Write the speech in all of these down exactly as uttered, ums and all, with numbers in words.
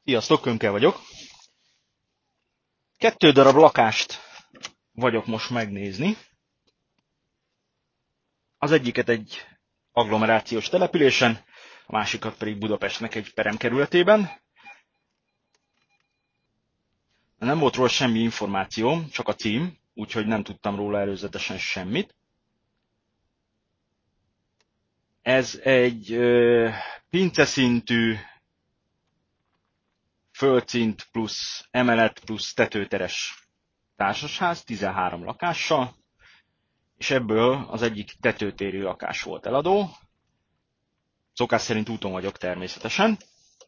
Sziasztok, Könke vagyok. Kettő darab lakást vagyok most megnézni. Az egyiket egy agglomerációs településen, a másikat pedig Budapestnek egy peremkerületében. Nem volt róla semmi információm, csak a cím, úgyhogy nem tudtam róla előzetesen semmit. Ez egy ö, pinceszintű földszint plusz emelet plusz tetőteres társasház, tizenhárom lakással, és ebből az egyik tetőtéri lakás volt eladó. Szokás szerint úton vagyok természetesen.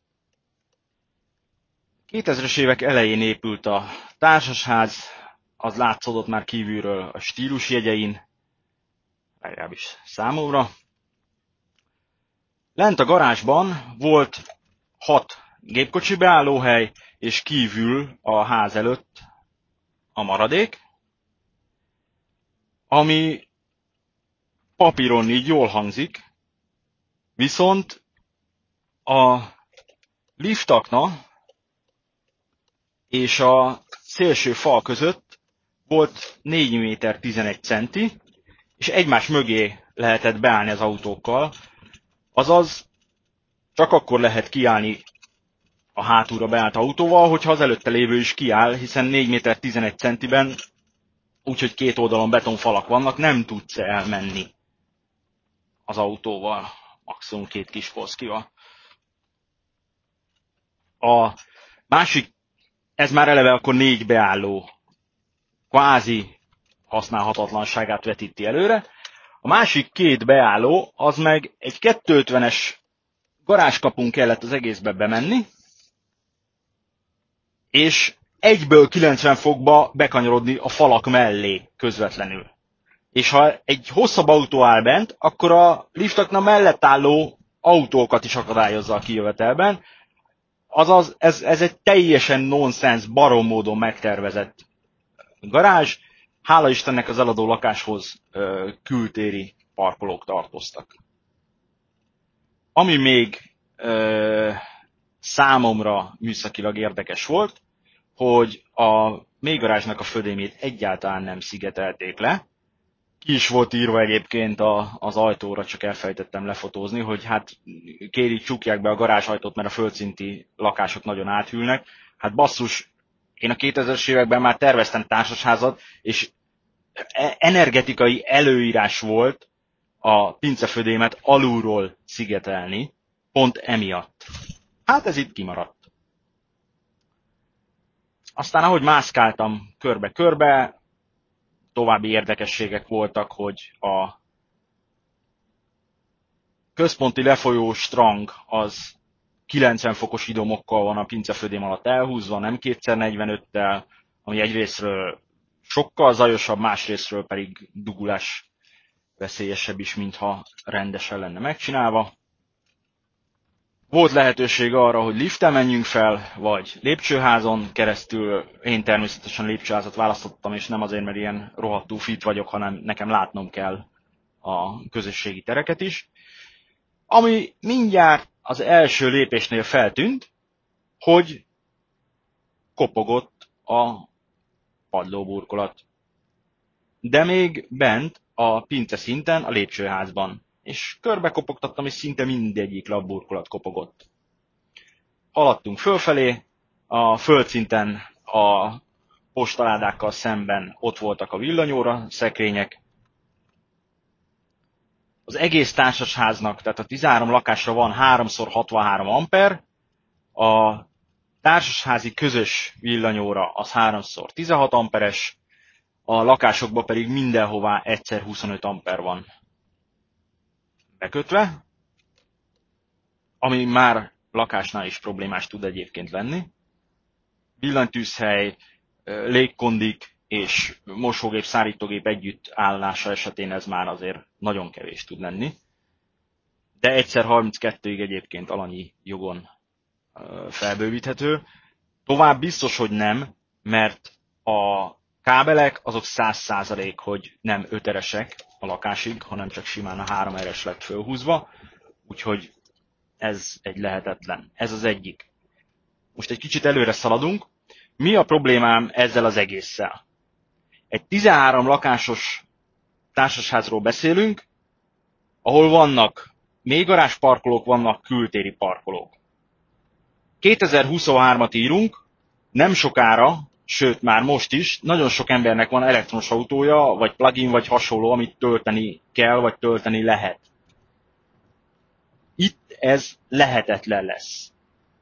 kétezres évek elején épült a társasház, az látszódott már kívülről a stílusjegyein, legalábbis számomra. Lent a garázsban volt hat gépkocsi beállóhely, és kívül a ház előtt a maradék, ami papíron így jól hangzik, viszont a liftakna és a szélső fal között volt négy méter tizenegy centi, és egymás mögé lehetett beállni az autókkal, azaz csak akkor lehet kiállni a hátulra beállt autóval, hogyha az előtte lévő is kiáll, hiszen négy méter tizenegy centiben, úgyhogy két oldalon betonfalak vannak, nem tudsz elmenni az autóval, maximum két kis Polszkival. A másik, ez már eleve akkor négy beálló kvázi használhatatlanságát vetíti előre. A másik két beálló, az meg egy kétszázötvenes garázskapun kellett az egészbe bemenni, és egyből kilencven fokba bekanyarodni a falak mellé közvetlenül. És ha egy hosszabb autó áll bent, akkor a liftaknak mellett álló autókat is akadályozza a kijövetelben. Azaz, ez, ez egy teljesen nonsens, barom módon megtervezett garázs. Hála Istennek az eladó lakáshoz ö, kültéri parkolók tartoztak. Ami még ö, számomra műszakilag érdekes volt, hogy a mélygarázsnak a födémét egyáltalán nem szigetelték le. Ki is volt írva egyébként a, az ajtóra, csak elfelejtettem lefotózni, hogy hát kérik, csukják be a garázsajtót, mert a földszinti lakások nagyon áthűlnek. Hát basszus, én a kétezres években már terveztem társasházat, és energetikai előírás volt a pincefödémet alulról szigetelni, pont emiatt. Hát ez itt kimaradt. Aztán ahogy mászkáltam körbe-körbe, további érdekességek voltak, hogy a központi lefolyó strang az kilencven fokos idomokkal van a pincefödém alatt elhúzva, nem kétszer negyvenöttel, ami egyrésztről sokkal zajosabb, másrésztről pedig dugulás veszélyesebb is, mintha rendesen lenne megcsinálva. Volt lehetőség arra, hogy liften menjünk fel, vagy lépcsőházon keresztül. Én természetesen lépcsőházat választottam, és nem azért, mert ilyen rohadtul fit vagyok, hanem nekem látnom kell a közösségi tereket is. Ami mindjárt az első lépésnél feltűnt, hogy kopogott a padlóburkolat. De még bent a pince szinten, a lépcsőházban. És körbe kopogtattam, és szinte mindegyik labburkolat kopogott. Haladtunk fölfelé, a földszinten a postaládákkal szemben ott voltak a villanyóra szekrények. Az egész társasháznak, tehát a tizenhárom lakásra van három szor hatvanhárom amper, a társasházi közös villanyóra az három szor tizenhat amperes, a lakásokban pedig mindenhová egyszer huszonöt amper van bekötve, ami már lakásnál is problémás tud egyébként lenni. Villanytűzhely, légkondik és mosógép, szárítógép együtt állása esetén ez már azért nagyon kevés tud lenni. De egyszer harminckettőig egyébként alanyi jogon felbővíthető. Tovább biztos, hogy nem, mert a kábelek azok száz százalék, hogy nem öteresek a lakásig, hanem csak simán a három eres lett fölhúzva, úgyhogy ez egy lehetetlen. Ez az egyik. most egy kicsit előre szaladunk. Mi a problémám ezzel az egésszel? Egy tizenhárom lakásos társasházról beszélünk, ahol vannak még garázsparkolók, vannak kültéri parkolók. kétezer-huszonhármat írunk, nem sokára, sőt már most is, nagyon sok embernek van elektromos autója, vagy plug-in, vagy hasonló, amit tölteni kell, vagy tölteni lehet. Itt ez lehetetlen lesz.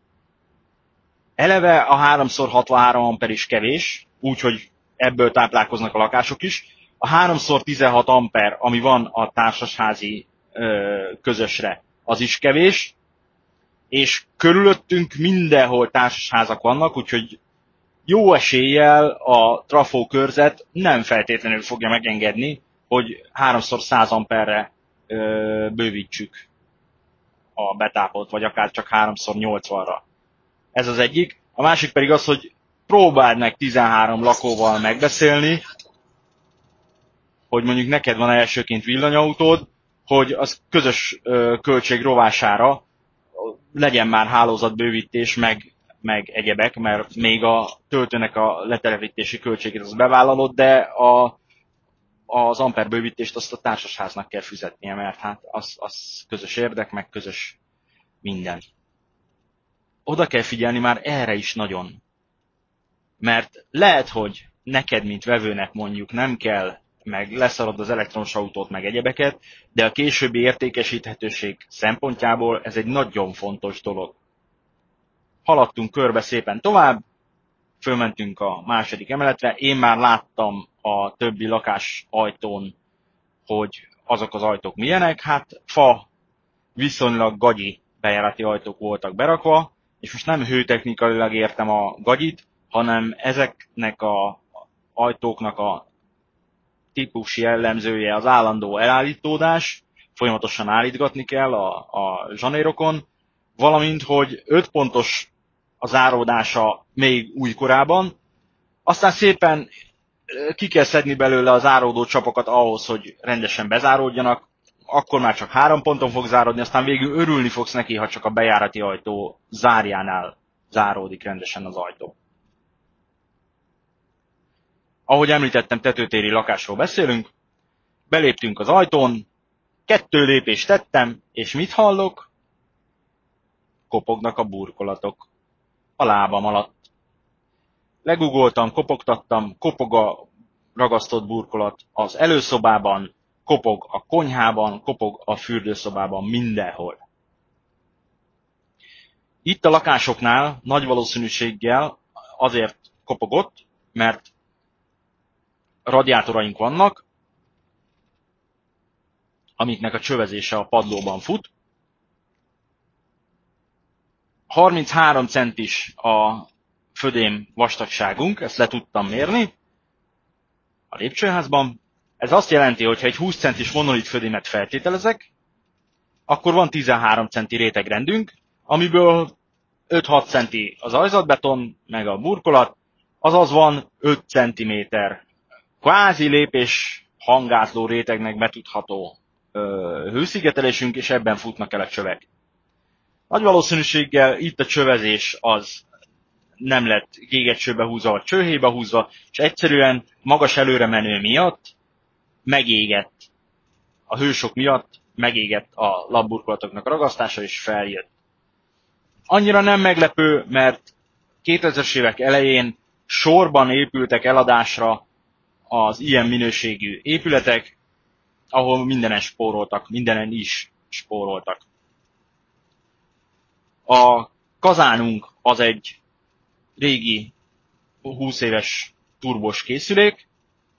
Eleve a háromszor hatvanhárom amper is kevés, úgyhogy ebből táplálkoznak a lakások is. A háromszor tizenhat amper, ami van a társasházi ö, közösre, az is kevés, és körülöttünk mindenhol társasházak vannak, úgyhogy jó eséllyel a trafó körzet nem feltétlenül fogja megengedni, hogy háromszor száz amperre ö, bővítsük a betápolt, vagy akár csak háromszor nyolcvanra. Ez az egyik. A másik pedig az, hogy próbáld meg tizenhárom lakóval megbeszélni, hogy mondjuk neked van elsőként villanyautód, hogy az közös ö, költség rovására legyen már hálózatbővítés, meg, meg egyebek, mert még a töltőnek a letelepítési költségét az bevállalod, de a, az amperbővítést azt a társasháznak kell fizetnie, mert hát az, az közös érdek, meg közös minden. Oda kell figyelni már erre is nagyon. Mert lehet, hogy neked, mint vevőnek mondjuk nem kell, meg leszarod az elektromos autót, meg egyebeket, de a későbbi értékesíthetőség szempontjából ez egy nagyon fontos dolog. Haladtunk körbe szépen tovább, fölmentünk a második emeletre, én már láttam a többi lakás ajtón, hogy azok az ajtók milyenek, hát fa, viszonylag gagyi bejárati ajtók voltak berakva, és most nem hőtechnikailag értem a gagyit, hanem ezeknek az ajtóknak a típus jellemzője az állandó elállítódás, folyamatosan állítgatni kell a, a zsanérokon, valamint, hogy öt pontos a záródása még újkorában, aztán szépen ki kell szedni belőle a záródó csapokat ahhoz, hogy rendesen bezáródjanak, akkor már csak három ponton fog záródni, aztán végül örülni fogsz neki, ha csak a bejárati ajtó zárjánál záródik rendesen az ajtó. Ahogy említettem, tetőtéri lakásról beszélünk, beléptünk az ajtón, kettő lépést tettem, és mit hallok? Kopognak a burkolatok a lábam alatt. Legugoltam, kopogtattam, kopog a ragasztott burkolat az előszobában, kopog a konyhában, kopog a fürdőszobában, mindenhol. Itt a lakásoknál nagy valószínűséggel azért kopogott, mert radiátoraink vannak, amiknek a csövezése a padlóban fut. harminchárom centis a födém vastagságunk, ezt le tudtam mérni a lépcsőházban. Ez azt jelenti, hogy ha egy húsz centis monolit födémet feltételezek, akkor van tizenhárom centi rétegrendünk, amiből öt-hat centi az ajzatbeton, meg a burkolat, azaz van öt centiméter kvázi lépés hangátló rétegnek betudható ö, hőszigetelésünk, és ebben futnak el a csövek. Nagy valószínűséggel itt a csövezés az nem lett gégetcsőbe húzva, vagy csőhéjbe húzva, és egyszerűen magas előre menő miatt megégett, a hősok miatt megégett a labburkolatoknak ragasztása, és feljött. Annyira nem meglepő, mert kétezres évek elején sorban épültek eladásra az ilyen minőségű épületek, ahol mindenen spóroltak, mindenen is spóroltak. A kazánunk az egy régi húsz éves turbos készülék,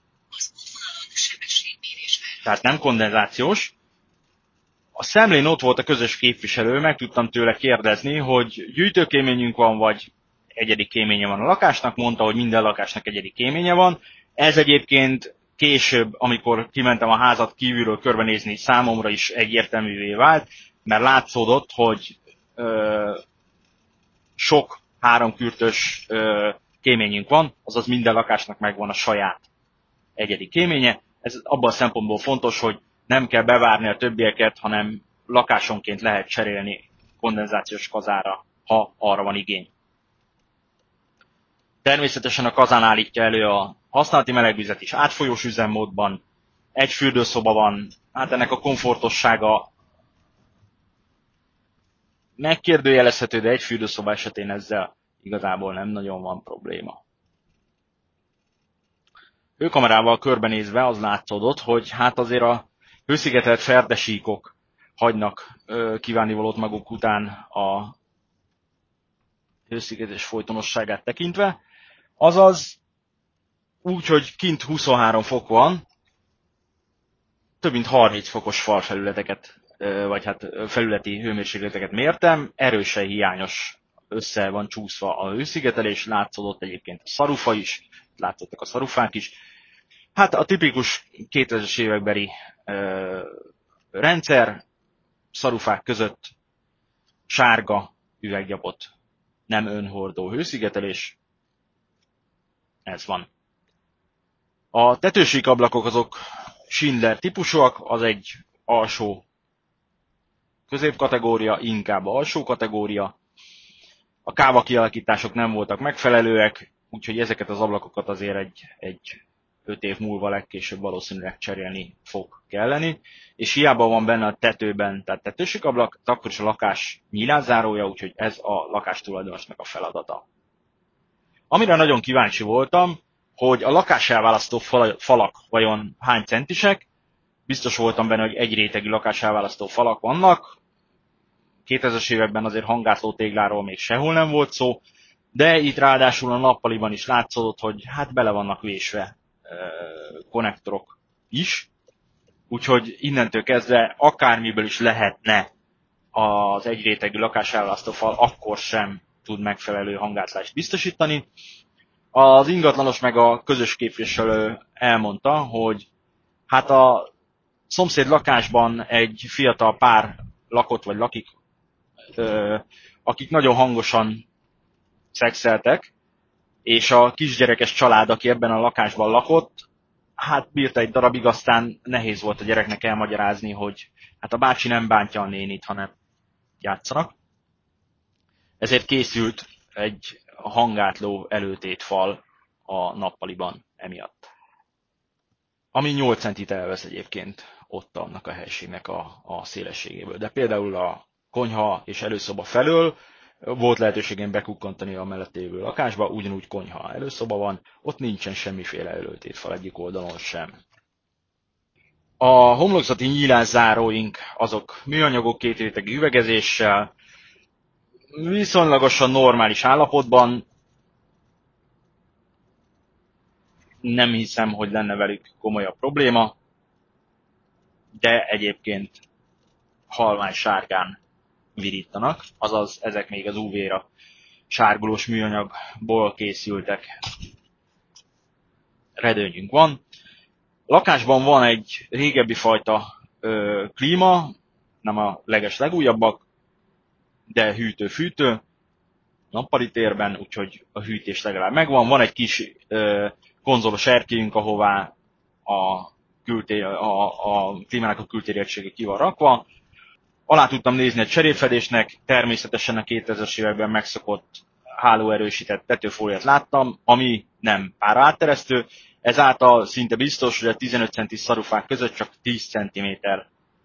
tehát nem kondenzációs. A szemlén ott volt a közös képviselő, meg tudtam tőle kérdezni, hogy gyűjtőkéményünk van, vagy egyedi kéménye van a lakásnak, mondta, hogy minden lakásnak egyedi kéménye van. Ez egyébként később, amikor kimentem a házat kívülről körbenézni, számomra is egyértelművé vált, mert látszódott, hogy ö, sok háromkürtös ö, kéményünk van, azaz minden lakásnak megvan a saját egyedi kéménye. Ez abban a szempontból fontos, hogy nem kell bevárni a többieket, hanem lakásonként lehet cserélni kondenzációs kazára, ha arra van igény. Természetesen a kazán állítja elő a használati melegvizet is átfolyós üzemmódban, egy fürdőszoba van, hát ennek a komfortossága megkérdőjelezhető, de egy fürdőszoba esetén ezzel igazából nem nagyon van probléma. Hőkamerával körbenézve az látszódott, hogy hát azért a hőszigetelt ferdesíkok hagynak ö, kívánnivalót maguk után a hőszigetés folytonosságát tekintve. Azaz úgy, hogy kint huszonhárom fok van, több mint harminc fokos falfelületeket, vagy hát felületi hőmérsékleteket mértem, erősen hiányos össze van csúszva a hőszigetelés, látszódott egyébként a szarufa is, látszottak a szarufák is. Hát a tipikus kétezres évekbeli ö, rendszer, szarufák között sárga üveggyapot, nem önhordó hőszigetelés, ez van. A tetősík ablakok azok Schindler típusúak, az egy alsó középkategória, inkább alsó kategória. A káva kialakítások nem voltak megfelelőek, úgyhogy ezeket az ablakokat azért egy, egy öt év múlva legkésőbb valószínűleg cserélni fog kelleni. És hiába van benne a tetőben, tehát tetősík ablak, akkor is a lakás nyílászárója, úgyhogy ez a lakás tulajdonosnak a feladata. Amire nagyon kíváncsi voltam, hogy a lakáselválasztó falak vajon hány centisek. Biztos voltam benne, hogy egy rétegű lakáselválasztó falak vannak. kétezres években azért hangátló tégláról még sehol nem volt szó, de itt ráadásul a nappaliban is látszódott, hogy hát bele vannak vésve e, konnektorok is. Úgyhogy innentől kezdve akármiből is lehetne az egy rétegű lakáselválasztó fal, akkor sem tud megfelelő hangátlást biztosítani. Az ingatlanos meg a közös képviselő elmondta, hogy hát a szomszéd lakásban egy fiatal pár lakott vagy lakik, akik nagyon hangosan szexeltek, és a kisgyerekes család, aki ebben a lakásban lakott, hát bírta egy darabig, aztán nehéz volt a gyereknek elmagyarázni, hogy hát a bácsi nem bántja a nénit, hanem játszanak. Ezért készült egy hangátló előtétfal a nappaliban emiatt. Ami nyolc centit elvesz egyébként ott annak a helységnek a, a szélességéből. De például a konyha és előszoba felől volt lehetőségem bekukkantani a mellette lévő lakásba, ugyanúgy konyha előszoba van, ott nincsen semmiféle előtétfal egyik oldalon sem. A homlokzati nyílászáróink azok műanyagok két rétegű üvegezéssel, viszonylagosan normális állapotban. Nem hiszem, hogy lenne velük komolyabb probléma, de egyébként halvány sárgán virítanak, azaz ezek még az ú vé-ra sárgulós műanyagból készültek. Redőnyünk van. A lakásban van egy régebbi fajta ö, klíma, nem a leges legújabbak, de hűtő-fűtő, nappali térben, úgyhogy a hűtés legalább megvan. Van egy kis ö, konzolos erkélyünk, ahová a, kültér, a, a klímának a kültérjegysége ki van rakva. Alá tudtam nézni egy cserépfedésnek, természetesen a kétezres években megszokott hálóerősített tetőfóliát láttam, ami nem páraátteresztő, ezáltal szinte biztos, hogy a tizenöt centis szarufák között csak tíz centiméter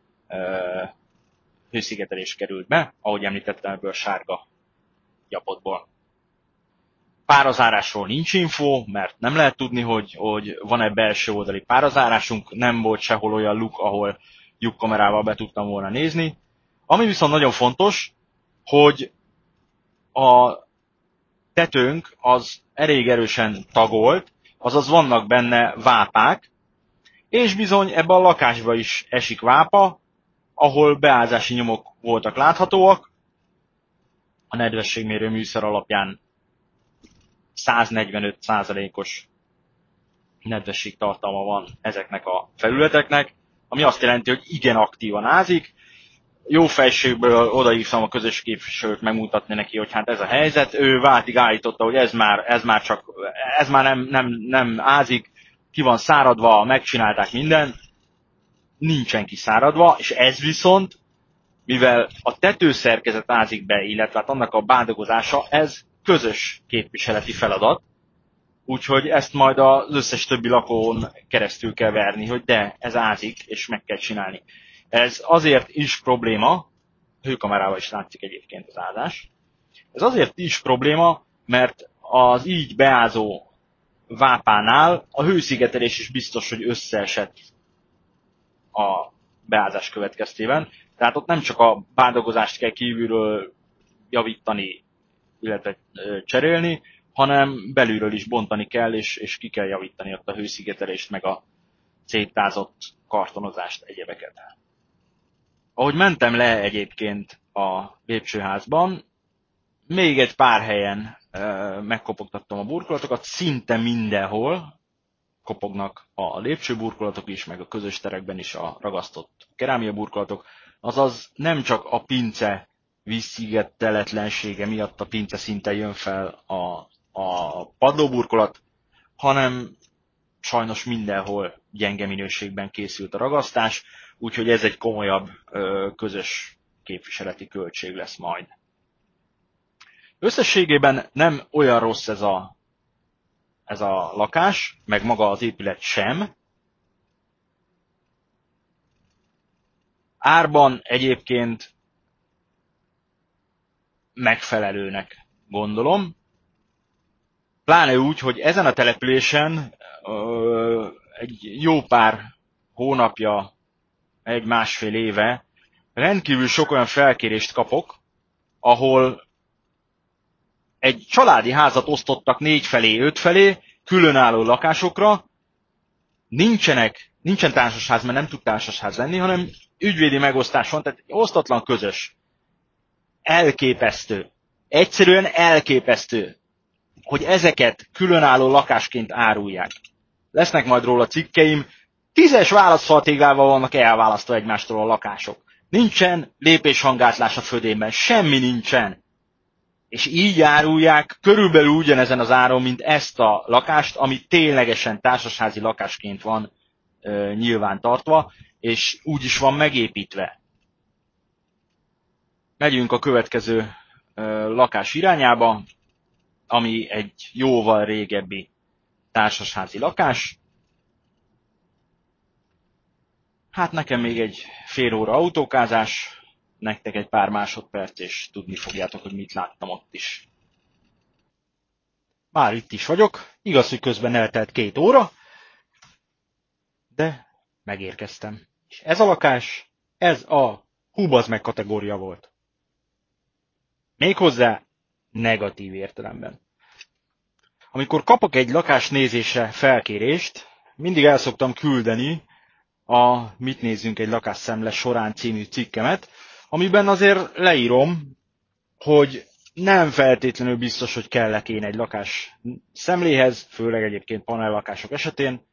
hőszigetelés került be, ahogy említettem, ebből sárga gyapotból. Párazárásról nincs info, mert nem lehet tudni, hogy, hogy van-e belső oldali párazárásunk, nem volt sehol olyan luk, ahol lyukkamerával be tudtam volna nézni. Ami viszont nagyon fontos, hogy a tetőnk az elég erősen tagolt, azaz vannak benne vápák, és bizony ebben a lakásba is esik vápa, ahol beázási nyomok voltak láthatóak. A nedvességmérő műszer alapján száznegyvenöt százalékos nedvesség tartalma van ezeknek a felületeknek, ami azt jelenti, hogy igen aktívan ázik. Jó fejségből odaívtam a közös képviselőt megmutatni neki, hogy hát ez a helyzet. Ő váltig állította, hogy ez már, ez már, csak, ez már nem, nem, nem ázik, ki van száradva, megcsinálták minden. Nincsen kiszáradva, és ez viszont, mivel a tetőszerkezet ázik be, illetve hát annak a bándogozása, ez közös képviseleti feladat. Úgyhogy ezt majd az összes többi lakón keresztül kell verni, hogy de, ez ázik, és meg kell csinálni. Ez azért is probléma, hőkamerával is látszik egyébként az ázás, ez azért is probléma, mert az így beázó vápánál a hőszigetelés is biztos, hogy összeesett a beázás következtében. Tehát ott nem csak a bádagozást kell kívülről javítani, illetve cserélni, hanem belülről is bontani kell, és, és ki kell javítani ott a hőszigetelést, meg a széttázott kartonozást, egyebeket. Ahogy mentem le egyébként a lépcsőházban, még egy pár helyen e, megkopogtattam a burkolatokat, szinte mindenhol kopognak a lépcsőburkolatok is, meg a közös terekben is a ragasztott kerámia burkolatok, azaz nem csak a pince vízszigeteletlensége miatt a pince szinten jön fel a, a padlóburkolat, hanem sajnos mindenhol gyenge minőségben készült a ragasztás, úgyhogy ez egy komolyabb ö, közös képviseleti költség lesz majd. Összességében nem olyan rossz ez a, ez a lakás, meg maga az épület sem. Árban egyébként megfelelőnek gondolom. Pláne úgy, hogy ezen a településen ö, egy jó pár hónapja, egy-másfél éve rendkívül sok olyan felkérést kapok, ahol egy családi házat osztottak négy felé, öt felé, különálló lakásokra, nincsenek, nincsen társasház, mert nem tud társasház lenni, hanem ügyvédi megosztás van, tehát osztatlan közös. Elképesztő. Egyszerűen elképesztő, hogy ezeket különálló lakásként árulják. Lesznek majd róla cikkeim, tízes válaszfaltégával vannak elválasztva egymástól a lakások. Nincsen lépéshangátlás a födénben, semmi nincsen. És így árulják körülbelül ugyanezen az áron, mint ezt a lakást, ami ténylegesen társasházi lakásként van ö, nyilván tartva, és úgy is van megépítve. Megyünk a következő ö, lakás irányába, ami egy jóval régebbi társasházi lakás. Hát nekem még egy fél óra autókázás, nektek egy pár másodperc, és tudni fogjátok, hogy mit láttam ott is. Már itt is vagyok, igaz, hogy közben eltelt két óra, de megérkeztem. És ez a lakás, ez a húbazd meg kategória volt. Méghozzá negatív értelemben. Amikor kapok egy lakás nézésre felkérést, mindig el szoktam küldeni a Mit nézzünk egy lakásszemle során című cikkemet, amiben azért leírom, hogy nem feltétlenül biztos, hogy kell-e én egy lakás szemléhez, főleg egyébként panellakások esetén,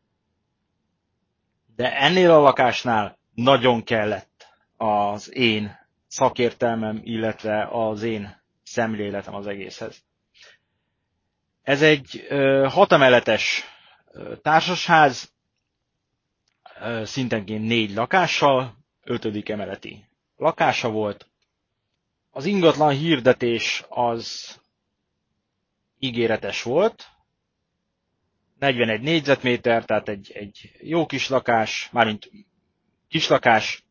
de ennél a lakásnál nagyon kellett az én szakértelmem, illetve az én szemléletem az egészhez. Ez egy ö, hatemeletes ö, társasház, ö, szintenként négy lakással, ötödik emeleti lakása volt. Az ingatlan hirdetés az ígéretes volt, negyvenegy négyzetméter, tehát egy, egy jó kis lakás, mármint kislakás,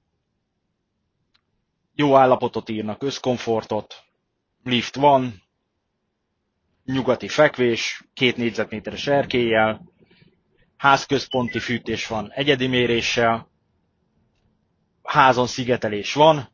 jó állapotot írnak, összkomfortot, lift van, nyugati fekvés, két négyzetméteres erkélyel, házközponti fűtés van egyedi méréssel, házon szigetelés van.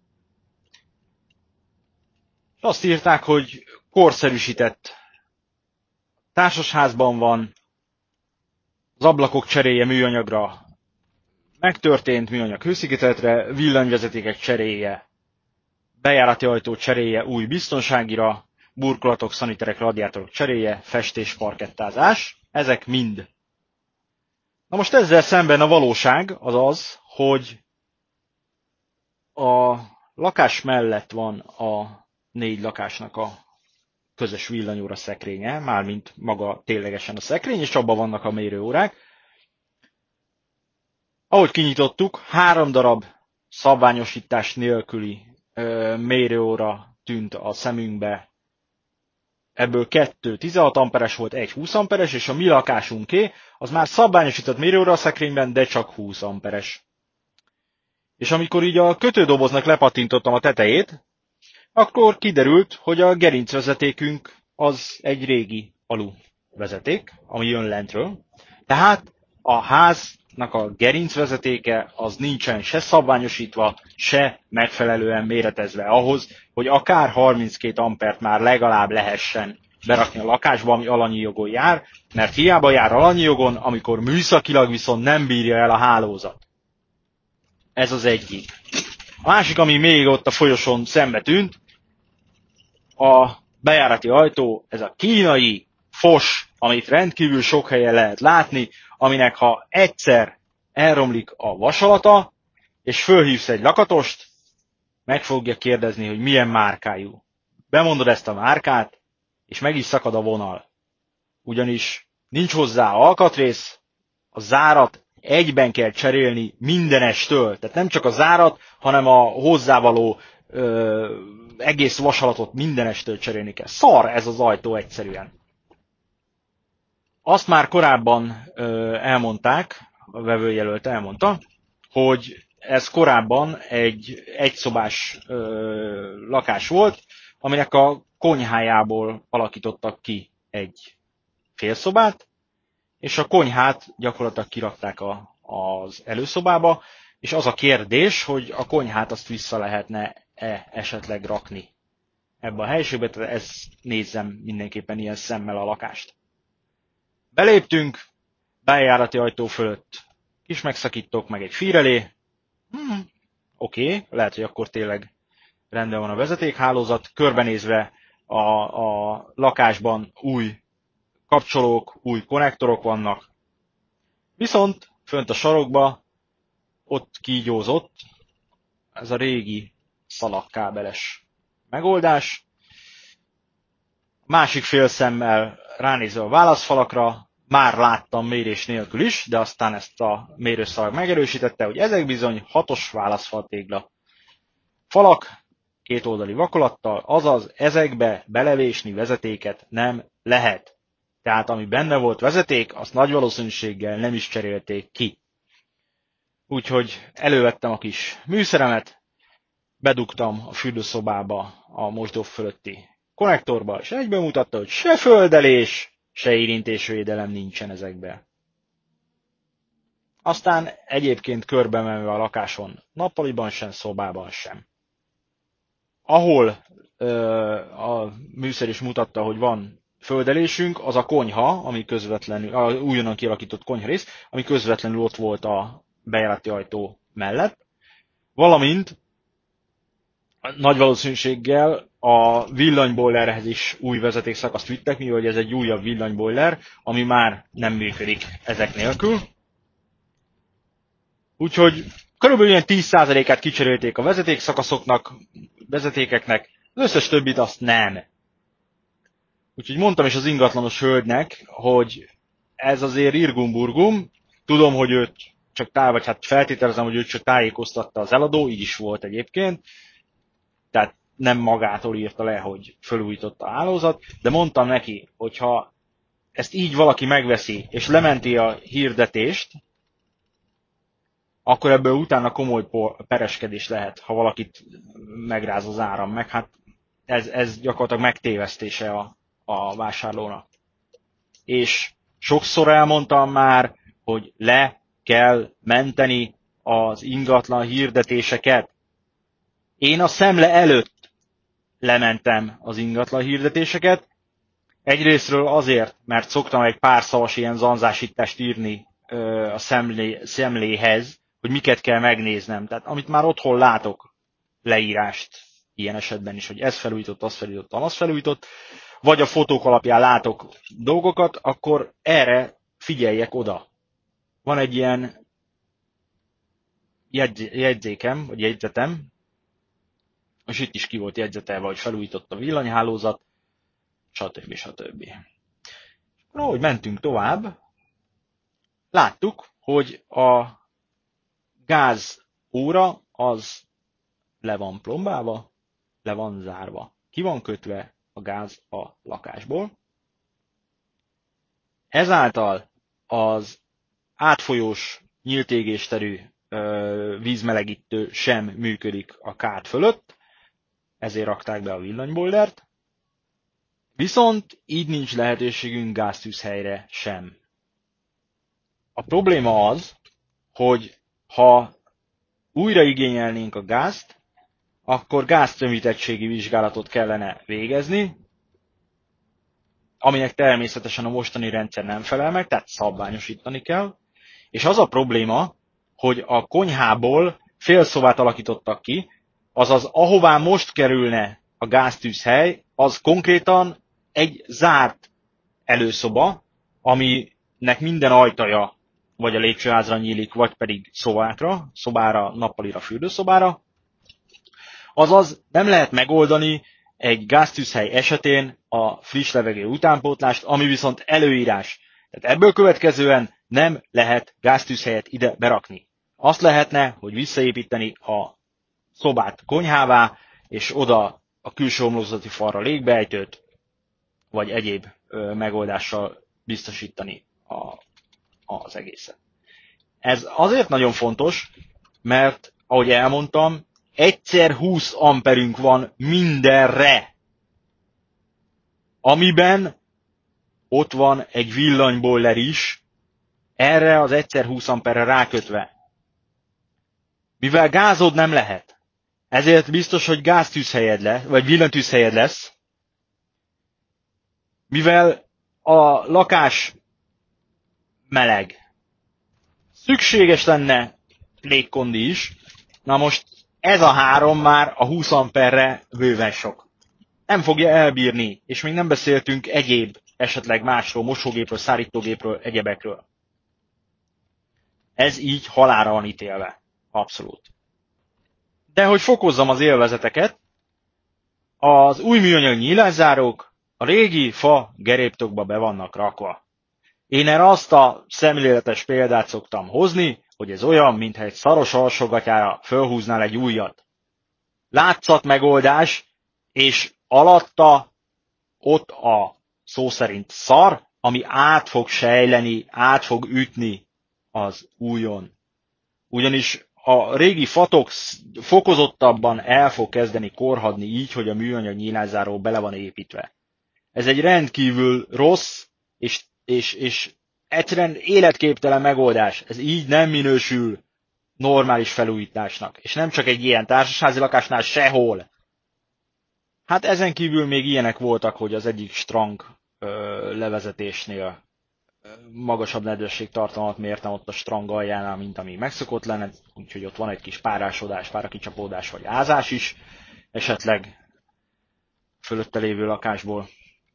Azt írták, hogy korszerűsített társasházban van, az ablakok cseréje műanyagra megtörtént, műanyag hőszigeteletre, villanyvezetékek cseréje, bejárati ajtó cseréje új biztonságira, burkolatok, szaniterek, radiátorok cseréje, festés, parkettázás. Ezek mind. Na most ezzel szemben a valóság az az, hogy a lakás mellett van a négy lakásnak a közös villanyóra szekrénye, mármint maga ténylegesen a szekrény, és abban vannak a mérőórák. Ahogy kinyitottuk, három darab szabványosítás nélküli ö, mérőóra tűnt a szemünkbe ebből kettő tizenhat amperes volt, egy húsz amperes, és a mi lakásunké, az már szabványosított mérőóra a szekrényben, de csak húsz amperes. És amikor így a kötődoboznak lepattintottam a tetejét, akkor kiderült, hogy a gerincvezetékünk az egy régi alu vezeték, ami jön lentről. Tehát a háznak a gerincvezetéke az nincsen se szabványosítva, se megfelelően méretezve ahhoz, hogy akár harminckét ampert már legalább lehessen berakni a lakásba, ami alanyi jogon jár, mert hiába jár alanyi jogon, amikor műszakilag viszont nem bírja el a hálózat. Ez az egyik. A másik, ami még ott a folyosón szembe tűnt, a bejárati ajtó, ez a kínai fos, amit rendkívül sok helyen lehet látni, aminek ha egyszer elromlik a vasalata, és fölhívsz egy lakatost, meg fogja kérdezni, hogy milyen márkájú. Bemondod ezt a márkát, és meg is szakad a vonal. Ugyanis nincs hozzá alkatrész, a zárat egyben kell cserélni mindenestől. Tehát nem csak a zárat, hanem a hozzávaló ö, egész vasalatot mindenestől cserélni kell. Szar ez az ajtó egyszerűen. Azt már korábban ö, elmondták, a vevőjelölt elmondta, hogy ez korábban egy egyszobás ö, lakás volt, aminek a konyhájából alakítottak ki egy félszobát, és a konyhát gyakorlatilag kirakták a, az előszobába, és az a kérdés, hogy a konyhát azt vissza lehetne-e esetleg rakni ebbe a helyiségbe, tehát ezt nézzem mindenképpen ilyen szemmel a lakást. Beléptünk, bejárati ajtó fölött kis megszakítok, meg egy fírelé. Hmm, Oké, okay, lehet, hogy akkor tényleg rendben van a vezetékhálózat. Körbenézve a, a lakásban új kapcsolók, új konnektorok vannak. Viszont fönt a sarokba ott kígyózott ez a régi szalagkábeles megoldás. Másik félszemmel ránézve a válaszfalakra, már láttam mérés nélkül is, de aztán ezt a mérőszalag megerősítette, hogy ezek bizony hatos válaszfal tégla. Falak kétoldali vakolattal, azaz ezekbe belevésni vezetéket nem lehet. Tehát ami benne volt vezeték, azt nagy valószínűséggel nem is cserélték ki. Úgyhogy elővettem a kis műszeremet, bedugtam a fürdőszobába a mosdó fölötti konnektorba, és egyben mutatta, hogy se földelés, se érintésvédelem nincsen ezekben. Aztán egyébként körbe menve a lakáson, nappaliban sem, szobában sem. Ahol ö, a műszer is mutatta, hogy van földelésünk, az a konyha, ami közvetlenül, a újonnan kialakított konyharész, ami közvetlenül ott volt a bejárati ajtó mellett, valamint nagy valószínűséggel a villanyboilerhez is új vezetékszakaszt vittek, mivel ez egy újabb villanyboiler, ami már nem működik ezek nélkül. Úgyhogy körülbelül ilyen tíz százalékát kicserélték a vezetékszakaszoknak, vezetékeknek, az összes többit azt nem. Úgyhogy mondtam is az ingatlanos hölgynek, hogy ez azért irgum-burgum, tudom, hogy őt csak táj, vagy hát feltételezem, hogy őt csak tájékoztatta az eladó, így is volt egyébként, tehát nem magától írta le, hogy fölújította a hálózat, de mondtam neki, hogyha ezt így valaki megveszi, és lementi a hirdetést, akkor ebből utána komoly pereskedés lehet, ha valakit megráz az áram, meg hát ez, ez gyakorlatilag megtévesztése a, a vásárlónak. És sokszor elmondtam már, hogy le kell menteni az ingatlan hirdetéseket. Én a szemle előtt lementem az ingatlan hirdetéseket. Egyrésztről azért, mert szoktam egy pár szavas ilyen zanzásítást írni ö, a szemlé, szemléhez, hogy miket kell megnéznem. Tehát amit már otthon látok, leírást ilyen esetben is, hogy ez felújított, az felújított, az felújított, vagy a fotók alapján látok dolgokat, akkor erre figyeljek oda. Van egy ilyen jegy, jegyzékem, vagy jegyzetem, és itt is ki volt jegyzetelve, hogy felújított a villanyhálózat, stb. stb. Ahogy mentünk tovább, láttuk, hogy a gáz óra az le van plombálva, le van zárva. Ki van kötve a gáz a lakásból. Ezáltal az átfolyós, nyílt égésterű vízmelegítő sem működik a kárt fölött, ezért rakták be a villanyboilert. Viszont így nincs lehetőségünk gáztűzhelyre sem. A probléma az, hogy ha újra igényelnénk a gázt, akkor gáztömítettségi vizsgálatot kellene végezni, aminek természetesen a mostani rendszer nem felel meg, tehát szabványosítani kell. És az a probléma, hogy a konyhából félszobát alakítottak ki, azaz ahová most kerülne a gáztűzhely, az konkrétan egy zárt előszoba, aminek minden ajtaja vagy a lépcsőházra nyílik, vagy pedig szobákra, szobára, nappalira, fürdőszobára. Azaz nem lehet megoldani egy gáztűzhely esetén a friss levegő utánpótlást, ami viszont előírás. Tehát ebből következően nem lehet gáztűzhelyet ide berakni. Azt lehetne, hogy visszaépíteni a szobát konyhává, és oda a külső homlokzati falra légbejtőt, vagy egyéb ö, megoldással biztosítani a, az egészet. Ez azért nagyon fontos, mert, ahogy elmondtam, egyszer húsz amperünk van mindenre, amiben ott van egy villanyboiler is, erre az egyszer húsz amperre rákötve. Mivel gázod nem lehet, ezért biztos, hogy gáztűzhelyed lesz, vagy villanytűzhelyed lesz, mivel a lakás meleg. Szükséges lenne légkondi is, na most ez a három már a húsz amperre bőven sok. Nem fogja elbírni, és még nem beszéltünk egyéb, esetleg másról, mosógépről, szárítógépről, egyebekről. Ez így halálra van ítélve. Abszolút. De hogy fokozzam az élvezeteket, az új műanyag nyílászárók a régi fa geréptokba be vannak rakva. Én erre azt a szemléletes példát szoktam hozni, hogy ez olyan, mintha egy szaros alsógatyára fölhúznál egy újat. Látszat megoldás, és alatta ott a szó szerint szar, ami át fog sejleni, át fog ütni az újon. Ugyanis a régi fatok fokozottabban el fog kezdeni korhadni így, hogy a műanyag nyílászáró bele van építve. Ez egy rendkívül rossz és, és, és egyszerűen életképtelen megoldás. Ez így nem minősül normális felújításnak. És nem csak egy ilyen társasházi lakásnál, sehol. Hát ezen kívül még ilyenek voltak, hogy az egyik strang ö, levezetésnél magasabb nedvességtartalmat mértem ott a strang aljánál, mint ami megszokott lenne, úgyhogy ott van egy kis párásodás, párakicsapódás vagy ázás is, esetleg fölötte lévő lakásból.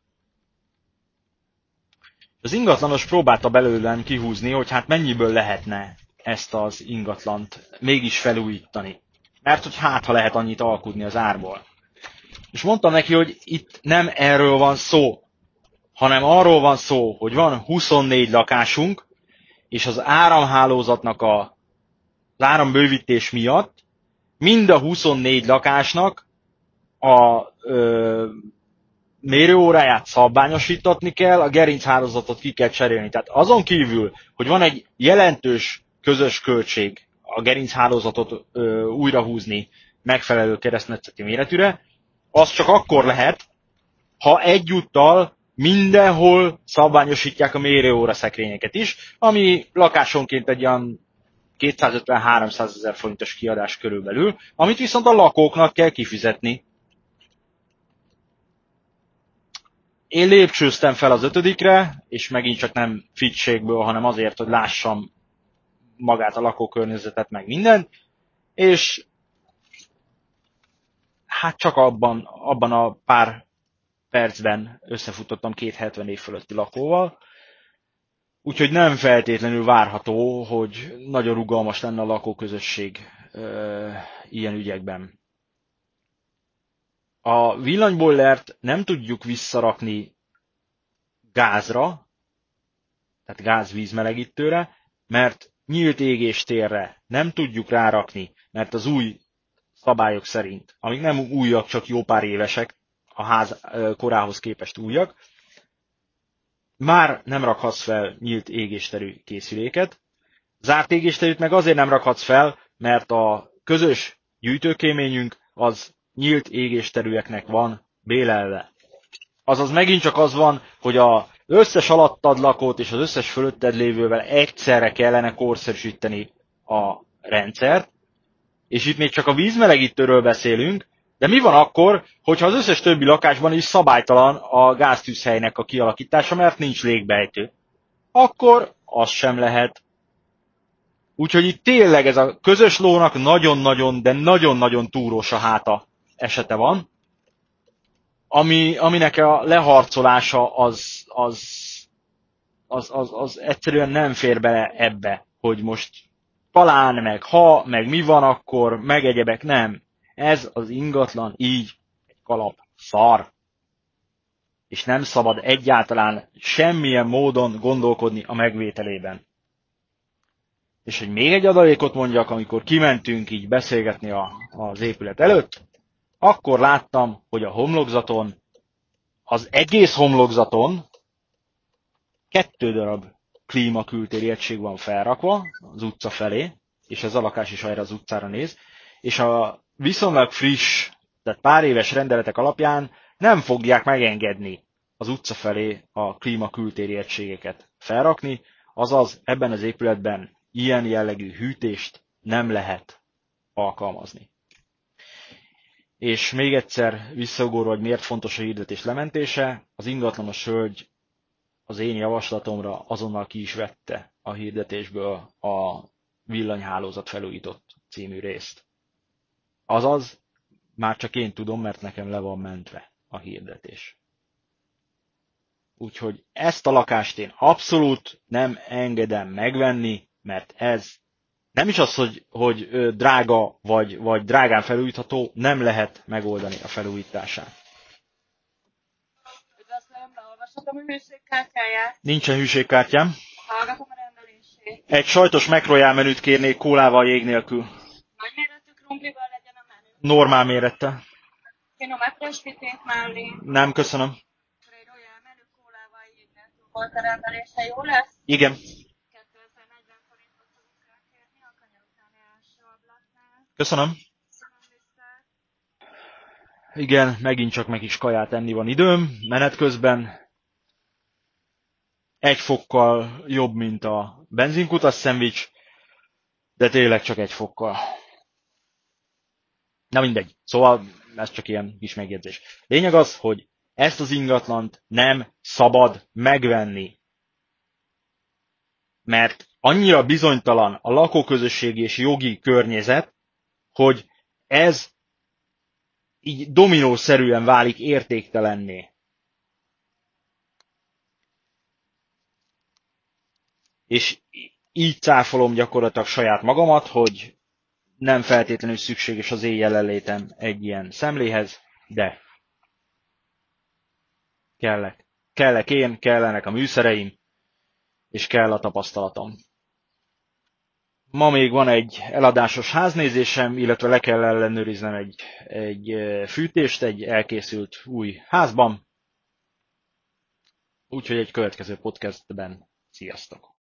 Az ingatlanos próbálta belőlem kihúzni, hogy hát mennyiből lehetne ezt az ingatlant mégis felújítani. Mert hogy hát, ha lehet annyit alkudni az árból. És mondtam neki, hogy itt nem erről van szó, hanem arról van szó, hogy van huszonnégy lakásunk, és az áramhálózatnak a, az árambővítés miatt mind a huszonnégy lakásnak a ö, mérőóráját szabványosítatni kell, a gerinchálózatot ki kell cserélni. Tehát azon kívül, hogy van egy jelentős közös költség a gerinchálózatot ö, újrahúzni megfelelő keresztmetszeti méretűre, az csak akkor lehet, ha egyúttal mindenhol szabványosítják a mérőóra szekrényeket is, ami lakásonként egy olyan kétszázötven-háromszázezer forintos kiadás körülbelül, amit viszont a lakóknak kell kifizetni. Én lépcsőztem fel az ötödikre, és megint csak nem fittségből, hanem azért, hogy lássam magát a lakókörnyezetet, meg mindent, és hát csak abban, abban a pár percben összefutottam két hetven év fölötti lakóval, úgyhogy nem feltétlenül várható, hogy nagyon rugalmas lenne a lakóközösség ö, ilyen ügyekben. A villanyboilert nem tudjuk visszarakni gázra, tehát gázvízmelegítőre, mert nyílt égéstérre nem tudjuk rárakni, mert az új szabályok szerint, amik nem újak, csak jó pár évesek, a ház korához képest újak, már nem rakhatsz fel nyílt égésterű készüléket. Zárt égésterűt meg azért nem rakhatsz fel, mert a közös gyűjtőkéményünk az nyílt égésterűeknek van bélelve. Azaz megint csak az van, hogy az összes alattad lakót és az összes fölötted lévővel egyszerre kellene korszerűsíteni a rendszert, és itt még csak a vízmelegítőről beszélünk, de mi van akkor, hogyha az összes többi lakásban is szabálytalan a gáztűzhelynek a kialakítása, mert nincs légbejtő? Akkor az sem lehet. Úgyhogy itt tényleg ez a közös lónak nagyon-nagyon, de nagyon-nagyon túrós a háta esete van, ami, aminek a leharcolása az, az, az, az, az egyszerűen nem fér bele ebbe, hogy most talán, meg ha, meg mi van akkor, meg egyebek, nem. Ez az ingatlan így egy kalap szar. És nem szabad egyáltalán semmilyen módon gondolkodni a megvételében. És hogy még egy adalékot mondjak, amikor kimentünk így beszélgetni a, az épület előtt, akkor láttam, hogy a homlokzaton, az egész homlokzaton kettő darab klímakültéri egység van felrakva az utca felé, és ez a lakás is erre az utcára néz, és a viszonylag friss, tehát pár éves rendeletek alapján nem fogják megengedni az utca felé a klímakültéri egységeket felrakni, azaz ebben az épületben ilyen jellegű hűtést nem lehet alkalmazni. És még egyszer visszaugorva, hogy miért fontos a hirdetés lementése, az ingatlanos hölgy az én javaslatomra azonnal ki is vette a hirdetésből a villanyhálózat felújított című részt. Azaz, már csak én tudom, mert nekem le van mentve a hirdetés. Úgyhogy ezt a lakást én abszolút nem engedem megvenni, mert ez nem is az, hogy, hogy drága vagy, vagy drágán felújítható, nem lehet megoldani a felújítását. Üdvözlöm, beolvashatom a hűségkártyáját. Nincsen hűségkártyám. Hallgatom a rendelését. Egy sajtos McRoyal menüt kérnék kólával jég nélkül. Nagy méretű krumplival legyen a menü. Normál mérettel. Finom epres pitét mellé. Nem, köszönöm. Egy royal menü kólával jég nélkül volt a rendelése, jó lesz? Igen. kétezer-negyven forintot fogunk elkérni a kanyar utáni első ablaknál. Köszönöm. Köszönöm vissza. Igen, megint csak meg is kaját enni van időm, menet közben. Egy fokkal jobb, mint a benzinkutas szendvics, de tényleg csak egy fokkal. Na mindegy. Szóval ez csak ilyen kis megjegyzés. Lényeg az, hogy ezt az ingatlant nem szabad megvenni. Mert annyira bizonytalan a lakóközösségi és jogi környezet, hogy ez így dominószerűen válik értéktelenné. És így cáfolom gyakorlatilag saját magamat, hogy nem feltétlenül szükséges az én jelenlétem egy ilyen szemléhez, de kellek. Kellek én, kellenek a műszereim, és kell a tapasztalatom. Ma még van egy eladásos háznézésem, illetve le kell ellenőriznem egy, egy fűtést egy elkészült új házban. Úgyhogy egy következő podcastben sziasztok!